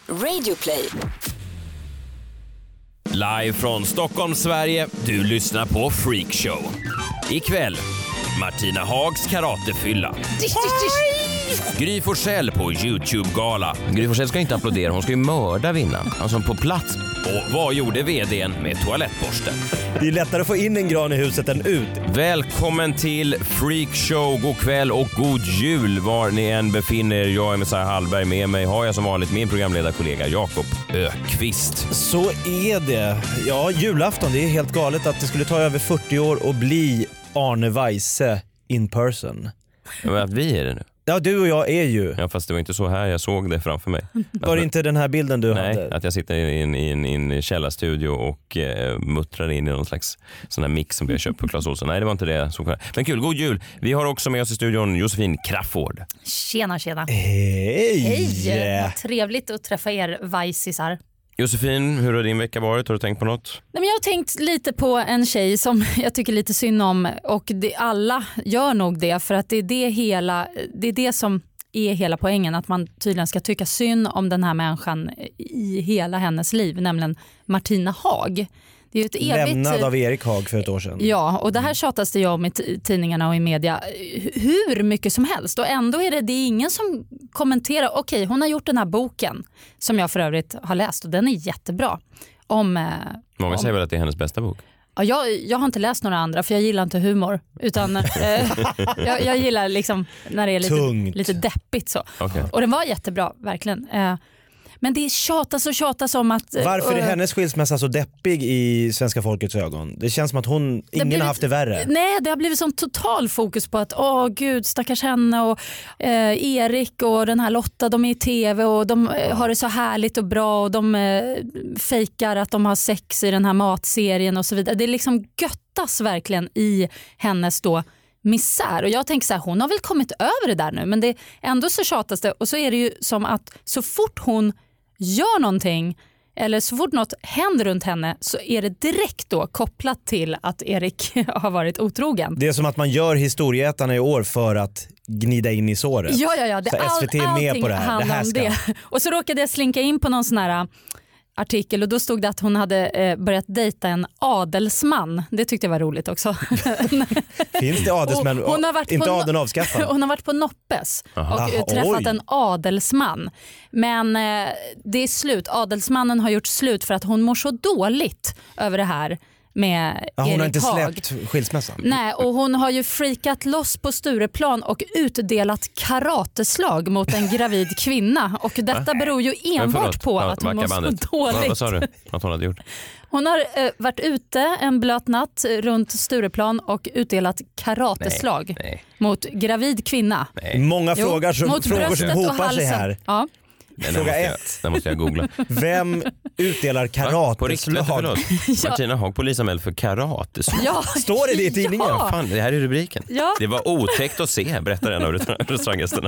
Radioplay. Live från Stockholm, Sverige. Du lyssnar på Freak Show. Ikväll, Martina Hags karatefylla. Gry Forssell på YouTube-gala. Gry Forssell ska inte applådera, hon ska ju mörda vinnaren. Alltså på plats. Och vad gjorde vdn med toalettborsten? Det är lättare att få in en gran i huset än ut. Välkommen till Freak Show. God kväll och god jul var ni än befinner er. Jag är Messiah Hallberg. Med mig har jag som vanligt min programledarkollega Jakob Ökvist. Så är det. Ja, julafton. Det är helt galet att det skulle ta över 40 år och bli Arne Weise in person. Men att vi är det nu. Ja, du och jag är ju. Ja, fast det var inte så här jag såg det framför mig. Var det inte den här bilden du hade? Nej, att jag sitter i en källarstudio och muttrar in i någon slags sån här mix som vi har köpt på Clas Ohlson. Nej, det var inte det jag såg. Men kul, god jul. Vi har också med oss i studion Josefin Crafoord. Tjena. Hej! Vad trevligt att träffa er vajsisar. Josefin, hur har din vecka varit? Har du tänkt på något? Nej, men jag har tänkt lite på en tjej som jag tycker lite synd om, och alla gör nog det, för att det är det som är hela poängen, att man tydligen ska tycka synd om den här människan i hela hennes liv, nämligen Martina Haag. Det är ju ett evigt... Lämnad av Erik Haag för ett år sedan. Ja, och det här tjatas det ju om i tidningarna och i media hur mycket som helst. Och ändå är det är ingen som kommenterar. Okej, hon har gjort den här boken som jag för övrigt har läst, och den är jättebra. Många säger väl att det är hennes bästa bok? Ja, jag har inte läst några andra, för jag gillar inte humor. Utan jag gillar liksom när det är lite deppigt så. Okay. Och den var jättebra, verkligen. Men det tjatas om att... Varför är hennes skilsmässa så deppig i svenska folkets ögon? Det känns som att ingen har haft det värre. Nej, det har blivit sån total fokus på att gud, stackars henne och Erik och den här Lotta, de är i tv och de har det så härligt och bra, och de fejkar att de har sex i den här matserien och så vidare. Det är liksom göttas verkligen i hennes då misär. Och jag tänker så här, hon har väl kommit över det där nu, men det ändå så tjatas det, och så är det ju som att så fort hon gör någonting eller så fort något händer runt henne, så är det direkt då kopplat till att Erik har varit otrogen. Det är som att man gör historieätarna i år för att gnida in i såret. Ja. Det, så SVT är med på det här. Det här ska. Det. Och så råkade jag slinka in på någon sån här artikel, och då stod det att hon hade börjat dejta en adelsman. Det tyckte jag var roligt också. Finns det adelsmän? Hon har varit inte på adeln avskaffad? Hon har varit på Noppes och träffat en adelsman. Men det är slut. Adelsmannen har gjort slut för att hon mår så dåligt över det här med hon Erik har inte Haag. släppt skilsmässan. Nej, och hon har ju freakat loss på Stureplan och utdelat karateslag mot en gravid kvinna. Och detta beror ju enbart på att hon mår så dåligt. Vad sa du att hon hade gjort? Hon har varit ute en blöt natt runt Stureplan och utdelat karateslag mot gravid kvinna. Många frågor som hopar sig här. Ja. Fråga 1. Den måste jag googla. Vem utdelar karateslag? Martina Haag polisanmäld för karateslag. Ja. Står det i tidningen? Ja. Fan, det här är rubriken. Ja. Det var otäckt att se, berättar en av restauranggästerna.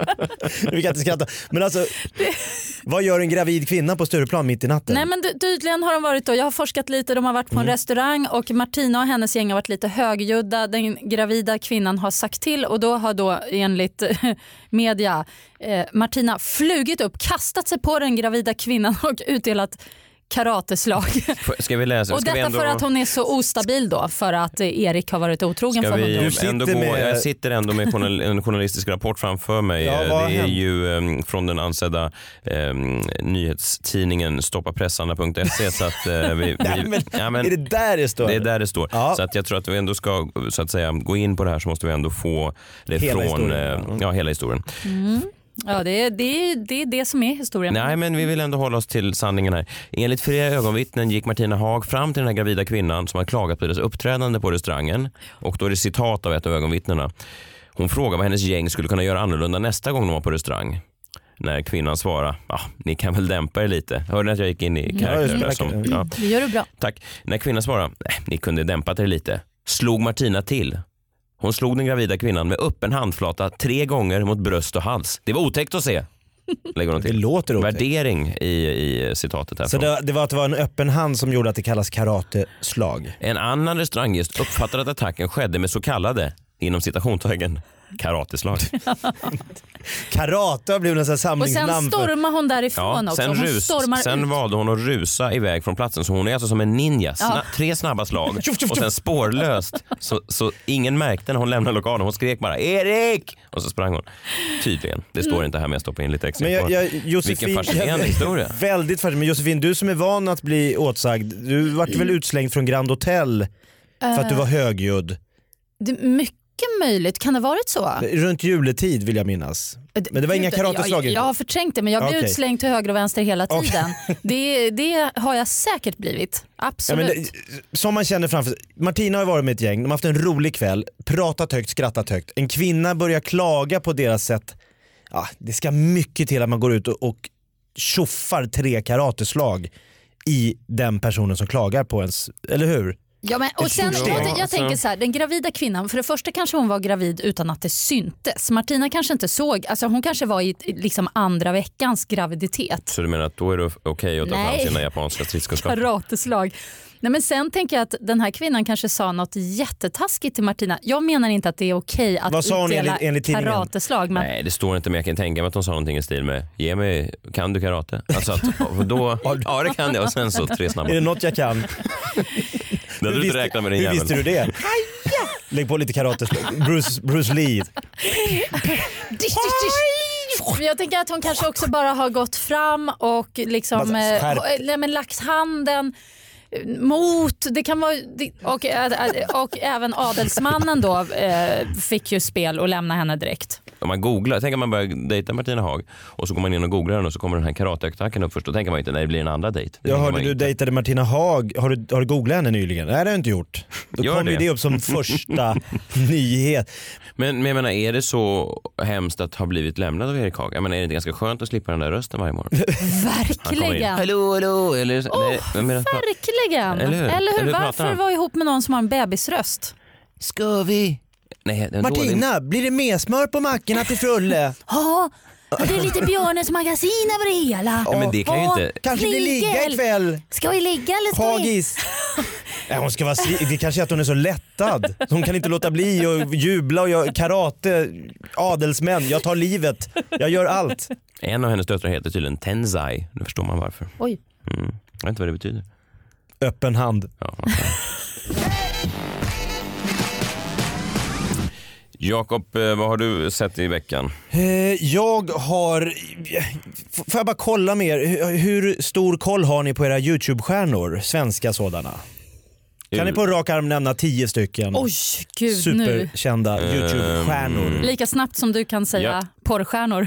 Vi kan inte skratta. Men alltså, vad gör en gravid kvinna på Stureplan mitt i natten? Nej, men tydligen har de varit då. Jag har forskat lite, de har varit på en restaurang, och Martina och hennes gäng har varit lite högljudda. Den gravida kvinnan har sagt till, och då har då enligt media Martina flugit upp, kastat sig på den gravida kvinnan och utdelat karateslag. Ska vi läsa? Och detta för att hon är så ostabil då, för att Erik har varit otrogen för honom. Jag sitter ändå med en journalistisk rapport framför mig. Ja, det är ju från den ansedda nyhetstidningen stoppapressarna.se, så att är det där det står? Det är där det står. Ja. Så att jag tror att vi ändå ska, så att säga, gå in på det här, så måste vi ändå få det hela från historien. Hela historien. Ja, det är det som är historien. Nej, men vi vill ändå hålla oss till sanningen här. Enligt flera ögonvittnen gick Martina Haag fram till den här gravida kvinnan som har klagat på deras uppträdande på restaurangen. Och då är det citat av ett av ögonvittnena. Hon frågar vad hennes gäng skulle kunna göra annorlunda nästa gång de var på restaurang. När kvinnan svarar, ni kan väl dämpa er lite. Hörde ni att jag gick in i karaktär? Det gör du bra. Tack. När kvinnan svarar, ni kunde dämpa er lite, slog Martina till. Hon slog den gravida kvinnan med öppen handflata 3 gånger mot bröst och hals. Det var otäckt att se. Lägger hon till. Det låter otäckt. Värdering i citatet här. Så det var en öppen hand som gjorde att det kallas karateslag. En annan restauranggäst uppfattade att attacken skedde med så kallade, inom citationstecken, Karateslag. Karate har blivit en sån här Och samlingsnamn. sen stormar hon därifrån också. Sen valde hon att rusa iväg från platsen, så hon är alltså som en ninja. 3 snabba slag och sen spårlöst. Så ingen märkte när hon lämnade lokalen. Hon skrek bara Erik! Och så sprang hon. Tydligen. Det står inte här, men jag stoppar in lite extra. Men vilken fascinerande historia. Väldigt fascinerande. Men Josefin, du som är van att bli åtsagd, du vart väl utslängd från Grand Hotel för att du var högljudd? Det är mycket möjligt. Kan det ha varit så? Runt juletid vill jag minnas. Men det var inga karateslag. Jag har förträngt det, men jag blev utslängd till höger och vänster hela tiden. Det har jag säkert blivit. Absolut. Ja, som man känner framför sig. Martina har varit med ett gäng, de har haft en rolig kväll, pratat högt, skrattat högt. En kvinna börjar klaga på deras sätt. Ja, det ska mycket till att man går ut och tjoffar 3 karateslag i den personen som klagar på ens, eller hur? Ja, men, och sen, jag tänker så här, den gravida kvinnan, för det första kanske hon var gravid utan att det syntes. Martina kanske inte såg, alltså hon kanske var i liksom andra veckans graviditet. Så du menar att då är det okej att ta fram sina japanska stridskunskaper? Karateslag. Nej, men sen tänker jag att den här kvinnan kanske sa något jättetaskigt till Martina. Jag menar inte att det är okej att utdela karateslag. Men... Nej, det står inte, men jag kan tänka mig att de sa någonting i stil med ge mig, kan du karate? Alltså att, då, ja det kan jag, och sen så 3 snabba. Är det något jag kan? Det hade du inte räknat med den jäveln. Hur visste du det? Lägg på lite karateslag. Bruce Lee. Jag tänker att hon kanske också bara har gått fram och liksom lagt handen mot, det kan vara, och även adelsmannen då fick ju spel och lämna henne direkt. Om man googlar, tänker man börjar dejta Martina Haag och så går man in och googlar den och så kommer den här karateattacken upp först, då tänker man inte när det blir en andra dejt. Jag hörde du dejtade Martina Haag, har du googlat henne nyligen? Nej, det har jag inte gjort. Då kommer det upp som första nyhet. Men jag menar, är det så hemskt att ha blivit lämnad av Erik Haag? Jag menar, är det inte ganska skönt att slippa den där rösten varje morgon? Verkligen. Hallå. Eller, verkligen. Eller hur? Varför vara ihop med någon som har en bebisröst? Ska vi? Nej, Martina, blir det mer smör på mackorna till Frulle? Ja, det är lite Björnes magasin över det hela. Ja, men det kan ju inte... Kanske vi ligga ikväll. Ska vi ligga eller ska Hagis. Hon ska vara det kanske är att hon är så lättad. Hon kan inte låta bli och jubla och göra karate, adelsmän, jag tar livet. Jag gör allt. En av hennes döttrar heter tydligen Tenzai. Nu förstår man varför. Oj. Jag vet inte vad det betyder. Öppen hand. Ja, okay. Jakob, vad har du sett i veckan? Jag har... Får jag bara kolla mer? Hur stor koll har ni på era YouTube-stjärnor? Svenska sådana. Kan ni på rak arm nämna 10 stycken? Oj, gud, superkända YouTube-stjärnor? Lika snabbt som du kan säga porrstjärnor.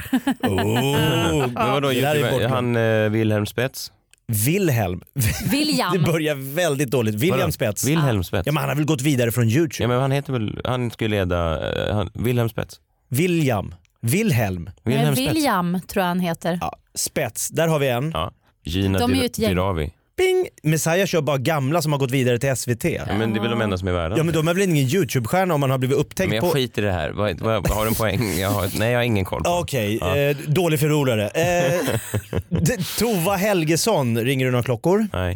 Han Wilhelm Spets? William. Det börjar väldigt dåligt. William Spets. Wilhelm Spets. Ja, men han har väl gått vidare från YouTube. Ja, men han heter väl, han skulle leda Wilhelm Spets. Wilhelm William tror jag han heter. Ja, Spets, där har vi en. Ja. Gina Dirawi. Bing! Messiah kör bara gamla som har gått vidare till SVT. Ja, men det är väl de enda som är värda. Ja, men de är väl ingen YouTube-stjärna om man har blivit upptäckt på... Men jag skiter i det här. Vad har du en poäng? Nej, jag har ingen koll på. Okej, dålig förlorare. Tova Helgesson, ringer du några klockor? Nej.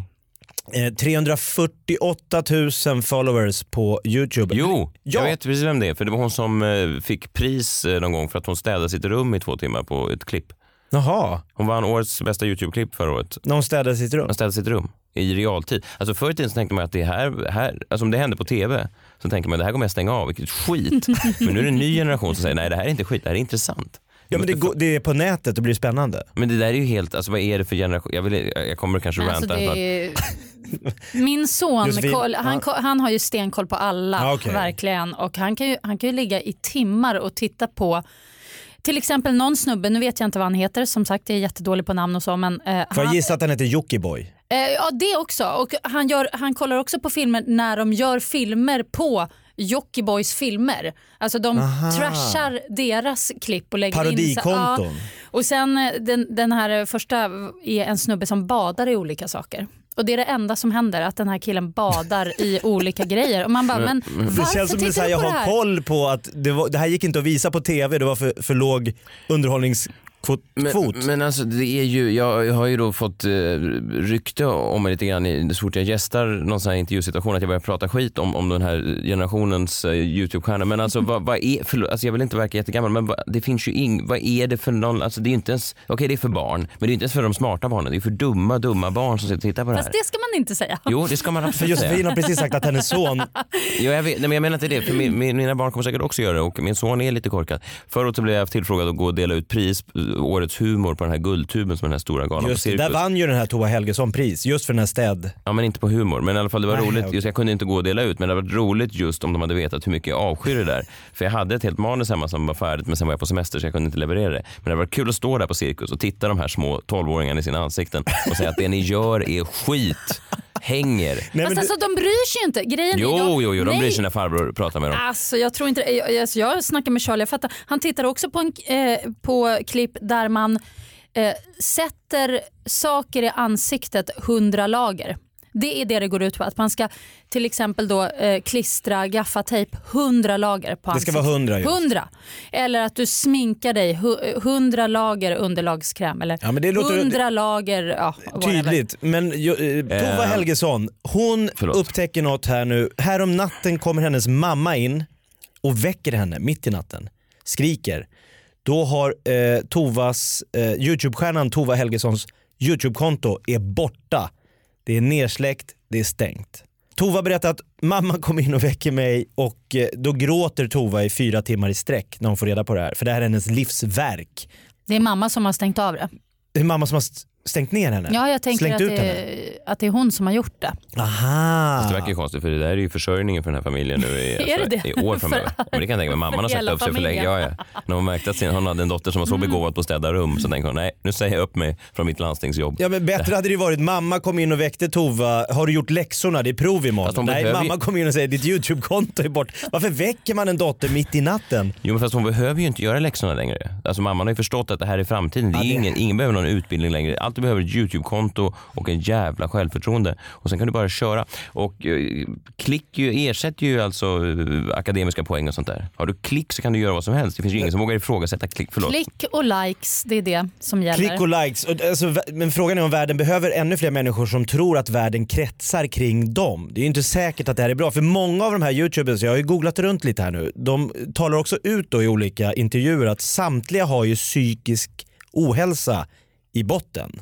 348 000 followers på YouTube. Jo, jag vet precis vem det är. För det var hon som fick pris någon gång för att hon städade sitt rum i 2 timmar på ett klipp. Jaha. Hon vann årets bästa YouTube-klipp förra året. När hon städade sitt rum? Hon städade sitt rum i realtid. Alltså förr i tiden så tänkte man att det här alltså om det hände på tv så tänker man det här kommer jag stänga av, vilket skit. Men nu är det en ny generation som säger nej, det här är inte skit, det här är intressant. Ja, men det är på nätet och blir spännande. Men det där är ju helt, alltså vad är det för generation? Jag kommer kanske ranta. Min son, han har ju stenkoll på alla, verkligen. Och han kan ju ligga i timmar och titta på till exempel någon snubbe, nu vet jag inte vad han heter, som sagt jag är jättedålig på namn och så, men får jag gissa att han heter Jockiboi? Ja, det också. Och han kollar också på filmer när de gör filmer på Jockibois filmer. Alltså de trashar deras klipp och lägger parodikonton. In och sen den här första är en snubbe som badar i olika saker. Och det är det enda som händer, att den här killen badar i olika grejer. Och man bara, men varför det känns som tittar jag du på har koll på att det här gick inte att visa på tv, det var för låg underhållningskvalitet. kvot. Men alltså det är ju, jag har ju då fått rykte om mig lite grann så fort jag gästar någon sån här intervjusituation att jag börjar prata skit om den här generationens YouTube-stjärna. Men alltså vad är, alltså jag vill inte verka jättegammal, men det finns ju vad är det för någon, alltså det är inte ens, okej, det är för barn, men det är inte ens för de smarta barnen, det är för dumma barn som sitter och tittar på det här. Fast det ska man inte säga. Jo, det ska man absolut För Josefin har precis sagt att hennes son... Jo, jag vet, nej, men jag menar inte det, för mina barn kommer säkert också göra det och min son är lite korkad. Förut så blev jag tillfrågad att gå och dela ut pris, årets humor på den här guldtuben som den här stora galan Just på Cirkus. där vann ju den här Tova Helgesson pris, just för den här städ. Ja, men inte på humor, men i alla fall det var roligt. Okay. Just, jag kunde inte gå och dela ut, men det var roligt just om de hade vetat hur mycket jag avskyr det där. För jag hade ett helt manus hemma som var färdigt, men sen var jag på semester så jag kunde inte leverera det. Men det var kul att stå där på Cirkus och titta de här små 12-åringarna i sina ansikten och säga att det ni gör är skit. Hänger. Nej, men alltså, de bryr sig ju inte. Grejen jo, de bryr sig när farbror pratar med dem. Alltså, jag tror inte jag snackar med Charlie, jag fattar. Han tittar också på klipp där man sätter saker i ansiktet 100 lager. Det är det går ut på, att man ska till exempel då klistra gaffatejp 100 lager på ansiktet. Det ska vara 100 just. 100. Eller att du sminkar dig 100 lager underlagskräm eller ja, men det låter 100 lager tydligt. Men Tova Helgesson, hon upptäcker något här nu. Här om natten kommer hennes mamma in och väcker henne mitt i natten. Skriker. Då har Tovas YouTube-stjärnan Tova Helgessons YouTube-konto är borta. Det är nersläckt, det är stängt. Tova berättar att mamma kom in och väcker mig och då gråter Tova i 4 timmar i sträck när hon får reda på det här. För det här är hennes livsverk. Det är mamma som har stängt av det. Det är mamma som har stängt ner henne? Ja, jag tänker att det är hon som har gjort det. Aha. Det verkar ju konstigt för det där är ju försörjningen för den här familjen nu i år framöver. Men det kan jag tänka mig. Mamman har sagt upp sig för länge. Ja. När hon märkte att hon hade en dotter som var så begåvad på att städa rum så tänkte hon, nej, nu säger jag upp mig från mitt landstingsjobb. Ja, men bättre hade det varit, mamma kom in och väckte Tova, har du gjort läxorna, det är prov imorgon. Nej, mamma kom in och säger ditt YouTube-konto är bort. Varför väcker man en dotter mitt i natten? Jo, men fast hon behöver ju inte göra läxorna längre. Alltså mamman har ju förstått att det här är framtiden. Det är ingen behöver någon utbildning längre. Allt du behöver är ett YouTube-konto och en jävla självförtroende. Och sen kan du bara köra. Och klick ersätter ju alltså akademiska poäng och sånt där. Har du klick så kan du göra vad som helst. Det finns ju ingen som vågar ifrågasätta klick. Förlåt. Klick och likes, det är det som gäller. Klick och likes. Alltså, men frågan är om världen behöver ännu fler människor som tror att världen kretsar kring dem. Det är ju inte säkert att det här är bra. För många av de här YouTubers, jag har ju googlat runt lite här nu, de talar också ut då i olika intervjuer att samtliga har ju psykisk ohälsa i botten.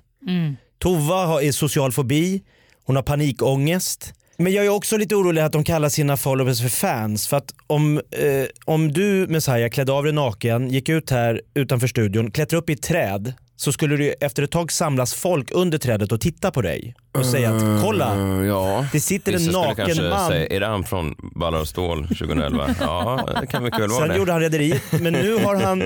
Tova är social fobi, hon har panikångest. Men jag är också lite orolig att de kallar sina followers för fans. För att om du, Messiah, klädde av dig naken, gick ut här utanför studion, klättrade upp i ett träd, så skulle du efter ett tag samlas folk under trädet och titta på dig och säga att kolla, det sitter en naken man. Säga, är det han från Ballar och stål 2011? Ja, det kan mycket väl vara det. Sen gjorde han Rederiet, men nu har han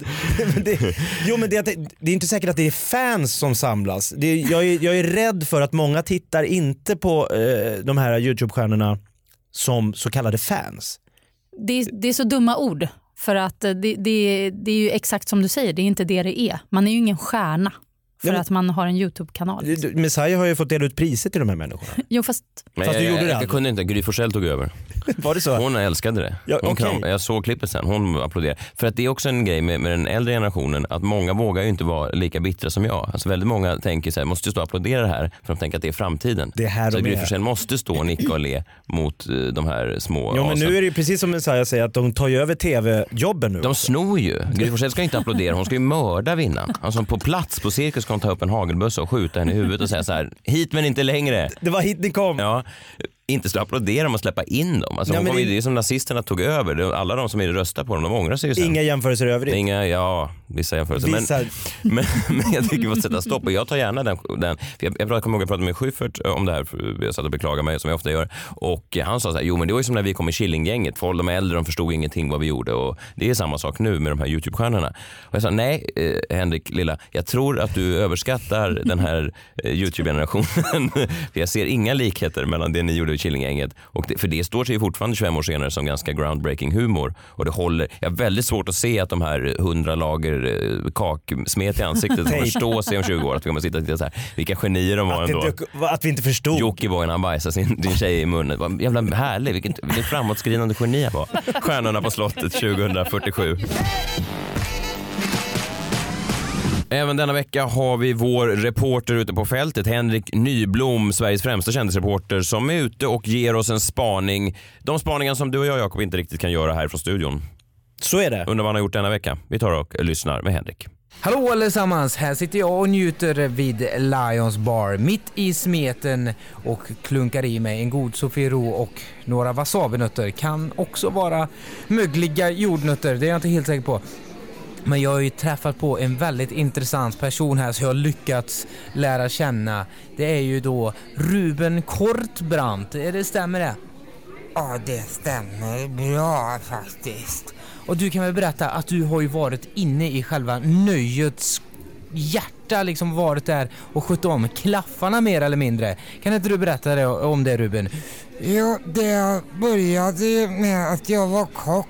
det är inte säkert att det är fans som samlas. Jag är rädd för att många tittar inte på de här YouTube-stjärnorna som så kallade fans. Det är så dumma ord. För att det är ju exakt som du säger, det är inte det är. Man är ju ingen stjärna för att man har en YouTube-kanal. Messiah har ju fått dela ut priser till de här människorna. Jo, fast du gjorde det. Jag kunde inte, Gry Forssell tog över. Var det så? Hon älskade det. Ja, okay. Jag såg klippet sen, hon applåderade. För att det är också en grej med den äldre generationen att många vågar ju inte vara lika bittra som jag. Alltså väldigt många tänker så här, måste stå och applådera det här för de tänker att det är framtiden. Det här så Gry Forssell måste stå och nicka och le mot de här små men nu är det ju precis som Messiah säger att de tar ju över tv-jobben nu. De snor ju. Gry Forssell ska inte applådera, hon ska ju mörda vinnaren. Alltså på plats på Cirkus ska hon ta upp en hagelbössa och skjuta henne i huvudet och säga så här: hit men inte längre. Det var hit ni kom. Ja. Inte stå och applådera dem och släppa in dem. Alltså, det är som nazisterna tog över. Alla de som är rösta på dem, de ångrar sig ju sen. Inga jämförelser övrigt. Vissa jämförelser. Men jag tycker vi måste sätta stopp. Och jag tar gärna den. Jag kommer ihåg att prata med Schyffert om det här. Jag satt och beklagade mig som jag ofta gör. Och han sa så här, jo men det var ju som när vi kom i Killinggänget. Folk, de äldre, de förstod ingenting vad vi gjorde. Och det är samma sak nu med de här YouTube-stjärnorna. Och jag sa, nej Henrik lilla, jag tror att du överskattar den här YouTube-generationen. För jag ser inga likheter mellan det ni gjorde i Killinggänget. Och för det står sig ju fortfarande 25 år senare som ganska groundbreaking humor. Och det håller. Jag har väldigt svårt att se att de här 100 lager kaksmet i ansiktet kommer stå sig om 20 år. Att vi kommer sitta och titta så här. Vilka genier de var ändå. Att vi inte förstod. Jockiboi, han bajsade sin tjej i munnen. Vad jävla härlig. Vilken framåtskridande geni jag var. Stjärnorna på slottet 2047. Även denna vecka har vi vår reporter ute på fältet, Henrik Nyblom, Sveriges främsta kändisreporter, som är ute och ger oss en spaning. De spaningar som du och jag, Jakob, inte riktigt kan göra här från studion. Så är det. Undrar vad han har gjort denna vecka. Vi tar och lyssnar med Henrik. Hallå allesammans, här sitter jag och njuter vid Lions Bar mitt i smeten och klunkar i mig en god Sofiero och några wasabinötter. Kan också vara mögliga jordnötter, det är jag inte helt säker på. Men jag har ju träffat på en väldigt intressant person här så jag har lyckats lära känna. Det är ju då Ruben Kortbrandt, stämmer det? Ja, det stämmer bra faktiskt. Och du kan väl berätta att du har ju varit inne i själva nöjets hjärta, liksom varit där och skött om klaffarna mer eller mindre. Kan inte du berätta det, om det, Ruben? Jo, det började med att jag var kock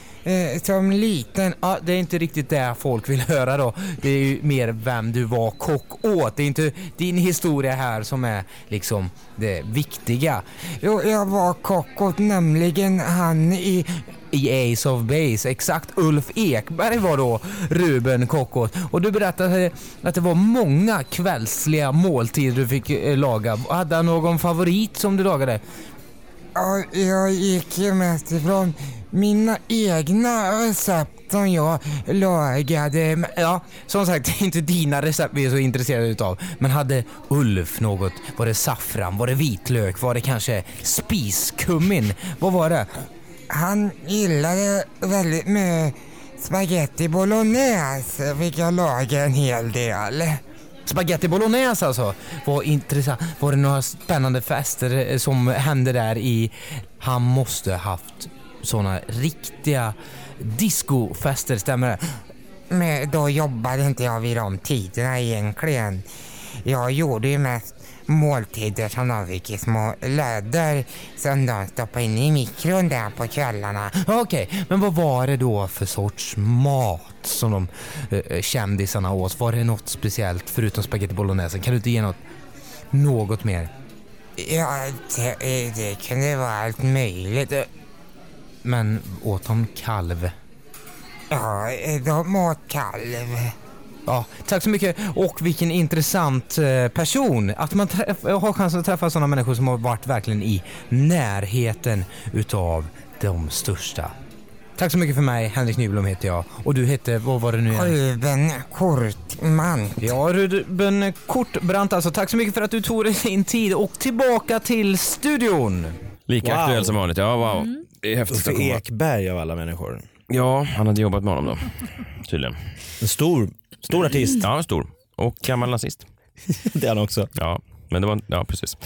som liten. Ja, det är inte riktigt det folk vill höra då. Det är ju mer vem du var kock åt. Det är inte din historia här som är liksom det viktiga. Jo, jag var kock åt nämligen han i Ace of Base, exakt. Ulf Ekberg var då Ruben kock åt. Och du berättade att det var många kvällsliga måltider du fick laga. Hade du någon favorit som du lagade? Ja, jag gick ju mest ifrån mina egna recept som jag lagade. Ja, som sagt, inte dina recept vi är så intresserade utav. Men hade Ulf något? Var det saffran? Var det vitlök? Var det kanske spiskummin? Vad var det? Han gillade väldigt mycket spaghetti bolognese, fick jag laga en hel del. Spaghetti bolognese alltså. Vad intressant. Var det några spännande fester som hände där i... Han måste haft såna riktiga discofester, stämmer det? Men då jobbade inte jag vid de tiderna egentligen. Jag gjorde ju mest måltider som de fick i små lödder som de stoppade in i mikron där på kvällarna. Okej, men vad var det då för sorts mat som de kändisarna åt? Var det något speciellt förutom spaghetti bolognese? Kan du inte ge något mer? Ja, det kunde vara allt möjligt. Men åt de kalv? Ja, de åt kalv. Ja, tack så mycket. Och vilken intressant person. Att man har chansen att träffa sådana människor som har varit verkligen i närheten utav de största. Tack så mycket för mig. Henrik Nyblom heter jag. Och du heter, vad var det nu igen? Ruben Kortbrandt. Ja, Ruben Kortbrandt alltså. Tack så mycket för att du tog dig in tid. Och tillbaka till studion. Lika aktuell som vanligt. Ja, wow. Det är häftigt att komma. Ekberg av alla människor. Ja, han hade jobbat med honom då. Tydligen. En stor artist. Ja, stor. Och gammal nazist. Det är han också. Ja, men det var... Ja, precis.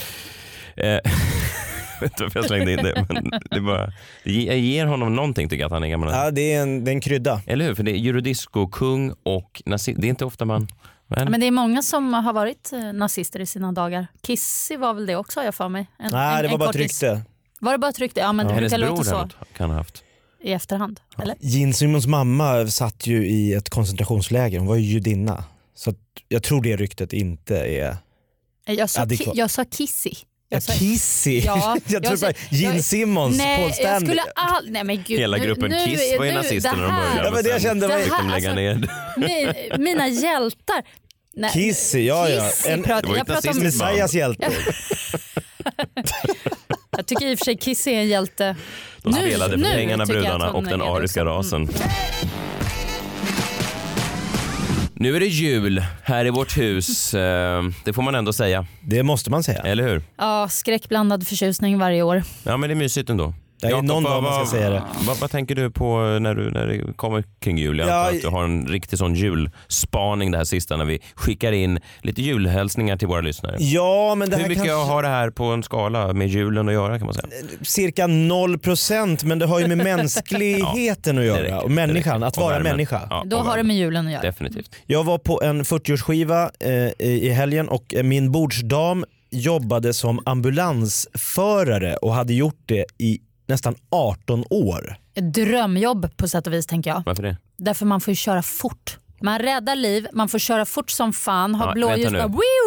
Vet du varför jag slängde in det? Men jag ger honom någonting, tycker jag, att han är gammal nazist. Ja, det är en krydda. Eller hur? För det är eurodisco-kung och nazist. Det är inte ofta man... Ja, men det är många som har varit nazister i sina dagar. Kissy var väl det också, har jag för mig. Nej, det var bara ett rykte. Var det bara ett rykte? Ja, men det Hennes brukar bror låta så. kan ha haft. I efterhand, eller? Gene Simmons mamma satt ju i ett koncentrationsläger. Hon var ju judinna. Så att jag tror det ryktet inte är... Jag sa Kissy. Kissy? Ja, jag tror bara Gene Simmons, Paul Stanley. Jag skulle nej men gud. Hela gruppen Kiss var ju nazister när de började. Ja, men det jag kände var... Fick de lägga ner. Mina hjältar. Nej, Kissy, ja. Det var ju ett nazistiskt band. Messias hjälte. Jag tycker i och för sig Kissy är en hjälte. De spelade för pengarna, brudarna och den ariska rasen. Nu är det jul här i vårt hus. Det får man ändå säga. Det måste man säga. Eller hur? Ja, skräckblandad förtjusning varje år. Ja, men det är mysigt ändå. Det är någon dag man ska säga det. Vad tänker du på när det kommer kring jul? Jag antar att du har en riktig sån julspaning det här sista när vi skickar in lite julhälsningar till våra lyssnare. Ja, men det här hur mycket har det här på en skala med julen att göra, kan man säga? Cirka 0%, men det har ju med mänskligheten att göra. Och människan, att vara människa. Ja, då har det med julen att göra. Definitivt. Jag var på en 40-årsskiva i helgen och min bordsdam jobbade som ambulansförare och hade gjort det i nästan 18 år. Ett drömjobb på sätt och vis, tänker jag. Varför det? Därför man får köra fort. Man räddar liv, man får köra fort som fan, ha blåljus,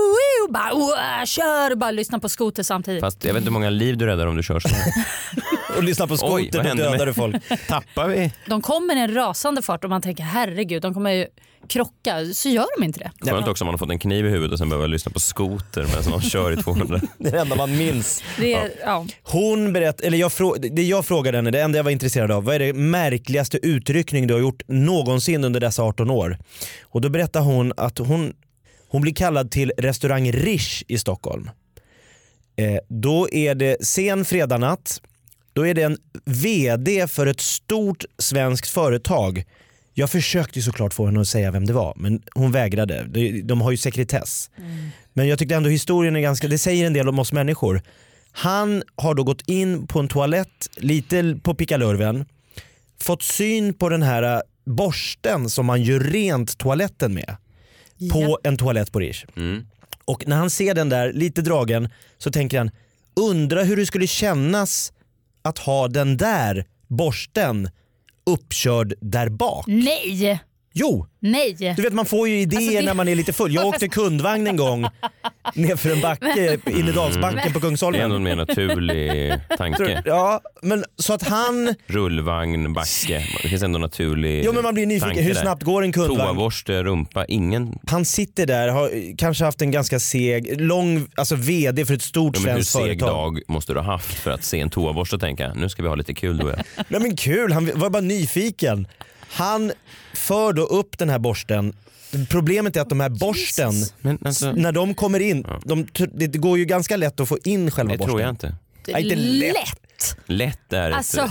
bara kör, bara lyssna på skoter samtidigt. Fast jag vet inte hur många liv du räddar om du kör så här. och lyssnar på skotern och dödar folk. Tappar vi? De kommer i en rasande fart och man tänker herregud, de kommer ju krocka. Så gör de inte det. Skönt också om man har fått en kniv i huvudet och sen behöver lyssna på skoter medan någon kör i 200. Det är det enda man minns. Hon det jag frågade henne, det enda jag var intresserad av, vad är det märkligaste utryckning du har gjort någonsin under dessa 18 år? Och då berättade hon att hon blir kallad till restaurang Rish i Stockholm. Då är det sen fredag natt. Då är det en vd för ett stort svenskt företag. Jag försökte såklart få henne att säga vem det var, men hon vägrade. De har ju sekretess. Men jag tyckte ändå historien är det säger en del om oss människor. Han har då gått in på en toalett lite på pickalurven, fått syn på den här borsten som man gör rent toaletten med på en toalett på Rish. Och när han ser den där lite dragen så tänker han, undra hur det skulle kännas att ha den där borsten uppkörd där bak. Nej! Jo! Nej! Du vet, man får ju idéer när man är lite full. Jag åkte kundvagn en gång nerför en backe in i Dalsbacken på Kungsholmen. Det är ändå en mer naturlig tanke. Ja, men så att han... Rullvagn, backe. Det finns ändå naturlig. Jo, men man blir nyfiken. Hur snabbt går en kundvagn? Toaborste, rumpa, ingen. Han sitter där, har kanske haft en ganska lång, alltså vd för ett stort svenskt företag. Hur seg dag måste du ha haft för att se en toaborste och tänka, nu ska vi ha lite kul då. Nej men kul, han var bara nyfiken. Han för då upp den här borsten. Problemet är att de här borsten, när de kommer in, det går ju ganska lätt att få in själva borsten. Det tror jag inte. Inte lätt. Lätt är det. Alltså.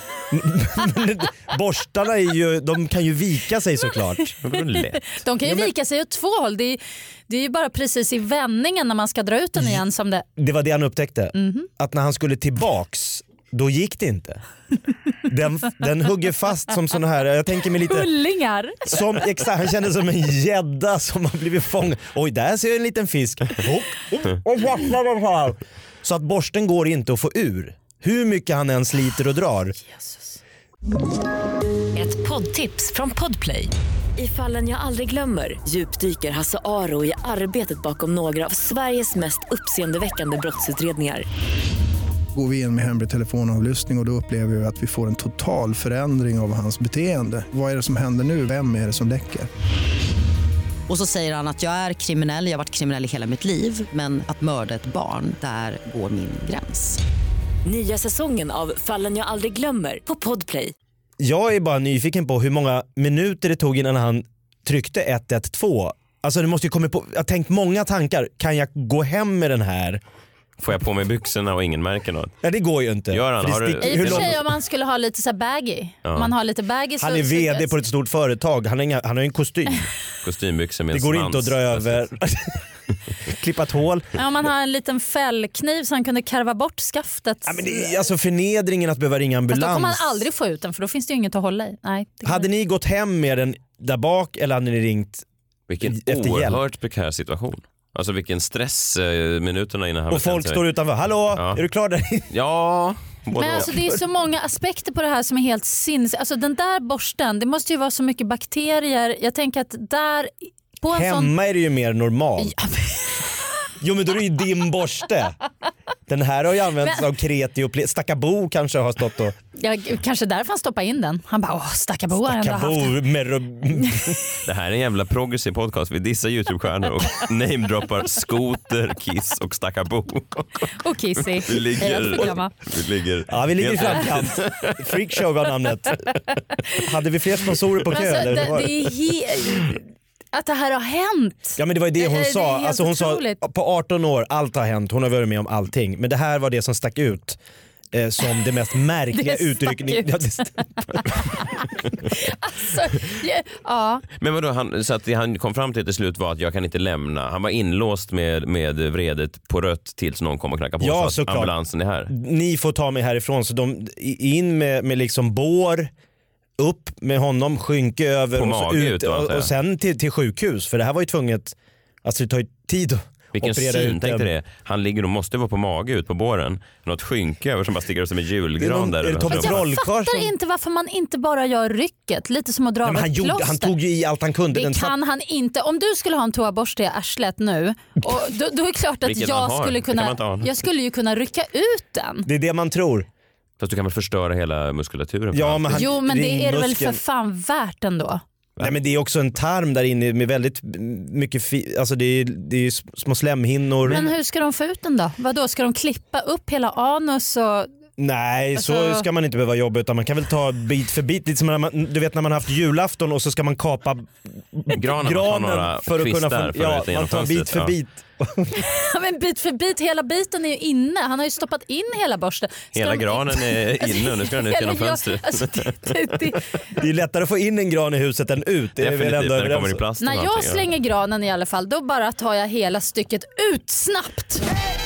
Borstarna de kan ju vika sig såklart. De kan ju vika sig åt två håll. Det är ju bara precis i vändningen när man ska dra ut den igen som det. Det var det han upptäckte. Att när han skulle tillbaks, då gick det inte. Den hugger fast som såna här, jag tänker mig lite hullingar. Exakt, han kände som en gädda som har blivit fångad. Oj, där ser jag en liten fisk. Och vattnar den här. Så att borsten går inte att få ur. Hur mycket han än sliter och drar. Jesus. Ett poddtips från Podplay. I Fallen jag aldrig glömmer djupdyker Hasse Aro i arbetet bakom några av Sveriges mest uppseendeväckande brottsutredningar. Går vi in med hemlig telefonavlyssning och då upplever vi att vi får en total förändring av hans beteende. Vad är det som händer nu? Vem är det som läcker? Och så säger han att jag är kriminell, jag har varit kriminell i hela mitt liv. Men att mörda ett barn, där går min gräns. Nya säsongen av Fallen jag aldrig glömmer på Podplay. Jag är bara nyfiken på hur många minuter det tog innan han tryckte 112. Alltså det måste ju komma på, jag har tänkt många tankar. Kan jag gå hem med den här? Får jag på mig byxorna och ingen märker något? Ja, det går ju inte. Göran, har du... I och för sig om man skulle ha lite så här baggy. Ja. Om man har lite baggy så... Han är vd på ett stort företag. Han har en kostym. Kostymbyxor med det går inte att dra över. Klippa ett hål. Ja, om man har en liten fällkniv så han kunde karva bort skaftet. Ja, men det är alltså förnedringen att behöva ringa ambulans. Fast då kommer man aldrig få ut den för då finns det ju inget att hålla i. Nej, hade ni gått hem med den där bak eller hade ni ringt vilken efter oerhört prekär situation. Alltså vilken stress minuterna innan han... Och folk står utanför. Hallå, är du klar där? Ja. Men alltså det är så många aspekter på det här som är helt sinnes. Alltså den där borsten, det måste ju vara så mycket bakterier. Jag tänker att där... På en hemma är det ju mer normalt. Ja. Jo men då är det ju din borste. Den här har ju använts av kreti och Stackabo kanske har stått och... Ja, kanske därför han stoppade in den. Han bara, Stackabo har ändå haft den. Det här är en jävla progressiv podcast. Vi dissar YouTube-stjärnor och namedroppar Skoter, Kiss och Stackabo. Och Kissy. Vi ligger... Ja, vi ligger i framkant. Freakshow var namnet. Hade vi fler sponsorer på kö? Alltså, det är att det här har hänt. Ja men det var ju det hon sa. Alltså hon otroligt. Sa på 18 år, allt har hänt. Hon har varit med om allting. Men det här var det som stack ut som det mest märkliga utryckning. Ja, alltså, ja. Men vadå, så att det han kom fram till slut var att jag kan inte lämna. Han var inlåst med vredet på rött tills någon kommer och knackar på, ja, så att ambulansen är här. Ni får ta mig härifrån. Så de in med liksom bår, upp med honom, skynke över på och, mage så ut, ut, och sen till sjukhus. För det här var ju tvunget, alltså det tar ju tid att vilken operera syn, ut. Tänkte det. Han ligger och måste vara på mage ut på båren. Något skynke över som bara sticker upp som en julgran där. Jag fattar inte varför man inte bara gör rycket. Lite som att dra av ett plåster. Han tog ju i allt han kunde. Det kan han inte. Om du skulle ha en toaborste i arslet nu, och då är det klart att jag skulle ju kunna rycka ut den. Det är det man tror. Fast du kan väl förstöra hela muskulaturen? Ja, men men det är det väl för fan värt ändå. Nej, men det är också en tarm där inne med väldigt mycket alltså det är små slemhinnor. Men hur ska de få ut den då? Vadå, ska de klippa upp hela anus och... Nej, så ska man inte behöva jobba, utan man kan väl ta bit för bit. Lite som när man, du vet när man har haft julafton och så ska man kapa granen för att kunna få, man tar bit för bit. Men bit för bit, hela biten är ju inne. Han har ju stoppat in hela borsten. Hela granen är inne och nu ska den ut genom fönstret. Alltså, det är lättare att få in en gran i huset än ut. Det är väl ändå när det kommer i plast. När jag slänger granen i alla fall, då bara tar jag hela stycket ut snabbt.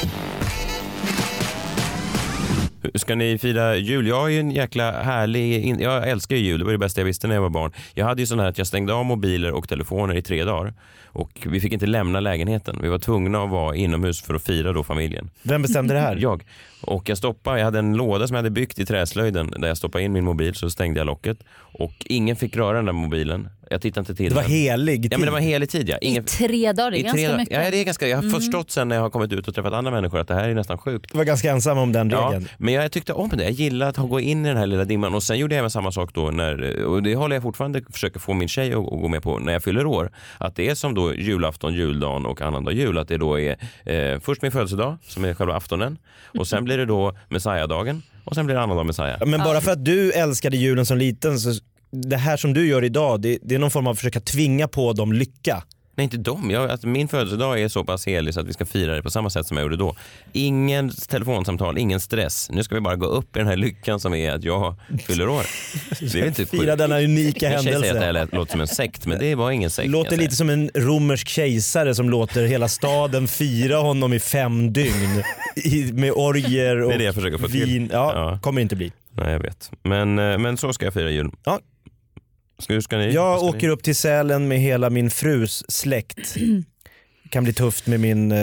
Ska ni fira jul? Jag är ju en jäkla härlig... Jag älskar ju jul, det var det bästa jag visste när jag var barn. Jag hade ju sån här att jag stängde av mobiler och telefoner i 3 dagar. Och vi fick inte lämna lägenheten. Vi var tvungna att vara inomhus för att fira då familjen. Vem bestämde det här? Jag. Och jag hade en låda som jag hade byggt i träslöjden där jag stoppade in min mobil, så stängde jag locket. Och ingen fick röra den där mobilen. Jag tittade inte till. Det var helig tid. Ja, men det var helig tid, ja. I 3 dagar, det är ganska mycket. Ja, det är ganska. Jag har förstått sen när jag har kommit ut och träffat andra människor att det här är nästan sjukt. Du var ganska ensam om den regeln. Ja, men jag tyckte om det. Jag gillade att gå in i den här lilla dimman. Och sen gjorde jag även samma sak då och det håller jag fortfarande försöker få min tjej att gå med på när jag fyller år. Att det är som då julafton, juldagen och annandag jul. Att det då är först min födelsedag som är själva aftonen. Och sen blir det då Messiah-dagen. Och sen blir det annandag Messiah. Men bara för att du älskade julen som liten, så det här som du gör idag, det är någon form av att försöka tvinga på dem lycka. Nej, inte dem. Min födelsedag är så pass helig så att vi ska fira det på samma sätt som jag gjorde då. Ingen telefonsamtal, ingen stress. Nu ska vi bara gå upp i den här lyckan som är att jag fyller år. Det är inte fira denna unika händelse. Jag säger att det låter som en sekt, men det var ingen sekt. Låter lite som en romersk kejsare som låter hela staden fira honom i 5 dygn med orger och det är det jag försöker få vin. till. Ja, kommer inte bli. Nej, jag vet. Men så ska jag fira jul. Ja. Jag åker upp till Sälen med hela min frus släkt. Kan bli tufft med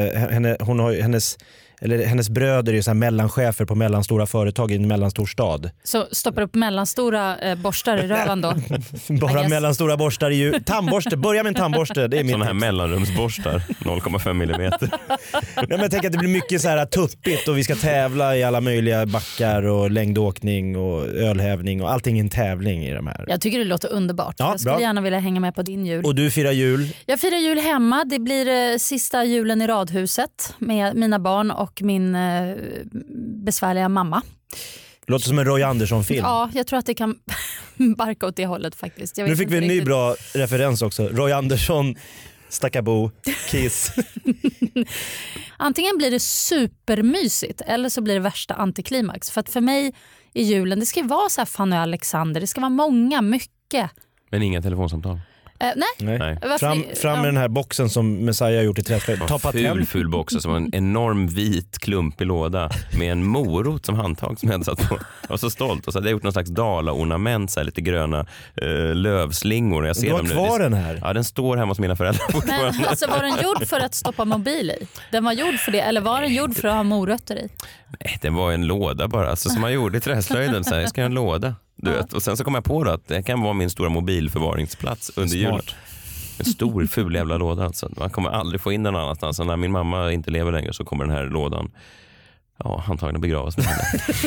hennes bröder är så här mellanchefer på mellanstora företag i en mellanstor stad. Så stoppar upp mellanstora borstar i röven då? Bara mellanstora borstar i tandborste. Börja med en tandborste. Det är sådana här mellanrumsborstar, 0,5 millimeter. Nej, men jag tänker att det blir mycket så här tuppigt och vi ska tävla i alla möjliga backar och längdåkning och ölhävning och allting i en tävling i de här. Jag tycker det låter underbart. Ja, jag skulle gärna vilja hänga med på din jul. Och du firar jul? Jag firar jul hemma. Det blir sista julen i radhuset med mina barn och min besvärliga mamma. Låter som en Roy Andersson-film. Ja, jag tror att det kan barka åt det hållet faktiskt. Nu fick vi en ny bra referens också. Roy Andersson, Stackabo, Kiss. Antingen blir det supermysigt eller så blir det värsta antiklimax. För att för mig i julen, det ska vara så här Fanny och Alexander. Det ska vara många, mycket. Men inga telefonsamtal? Nej. Fram med den här boxen som Messiah har gjort i träslöjd. Ful box, som en enorm vit klumpig låda med en morot som handtag som jag hade satt på. Jag var så stolt. Och så hade jag gjort någon slags dala-ornament, så här, lite gröna lövslingor. Jag ser du har kvar den här? Ja, den står hemma hos mina föräldrar. Men alltså, var den gjord för att stoppa mobil i? Den var gjord för det, eller var den gjord för att ha morötter i? Nej, det var en låda bara. Alltså, som man gjorde i träslöjden. Så här, jag ska ha en låda. Du vet. Och sen så kom jag på att det kan vara min stora mobilförvaringsplats under julen. En stor ful jävla låda alltså. Man kommer aldrig få in den annanstans. När min mamma inte lever längre så kommer den här lådan antagligen begravas med henne.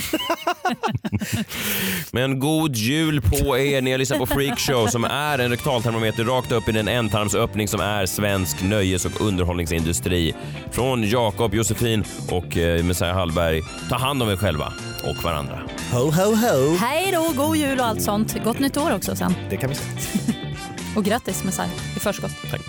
Men god jul på er. Ni har lyssnat på Freakshow, som är en rektaltermometer rakt upp i den ändtarmsöppning som är svensk nöjes- och underhållningsindustri. Från Jakob, Josefin och Messiah Hallberg. Ta hand om er själva och varandra. Ho, ho, ho. Hej då, god jul och allt sånt. Gott nytt år också sen. Det kan vi säga. Och grattis Messiah i förskott. Tack.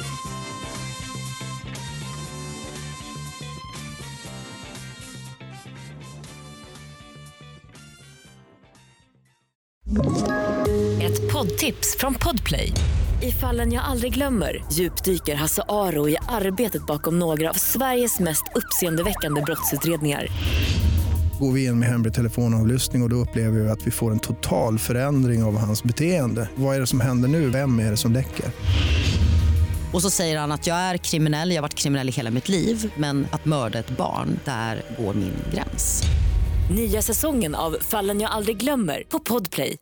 Ett poddtips från Podplay. I Fallen jag aldrig glömmer djupdyker Hasse Aro i arbetet bakom några av Sveriges mest uppseendeväckande brottsutredningar. Går vi in med hemlig telefonavlyssning och då upplever vi att vi får en total förändring av hans beteende. Vad är det som händer nu? Vem är det som läcker? Och så säger han att jag är kriminell, jag har varit kriminell i hela mitt liv. Men att mörda ett barn, där går min gräns. Nya säsongen av Fallen jag aldrig glömmer på Podplay.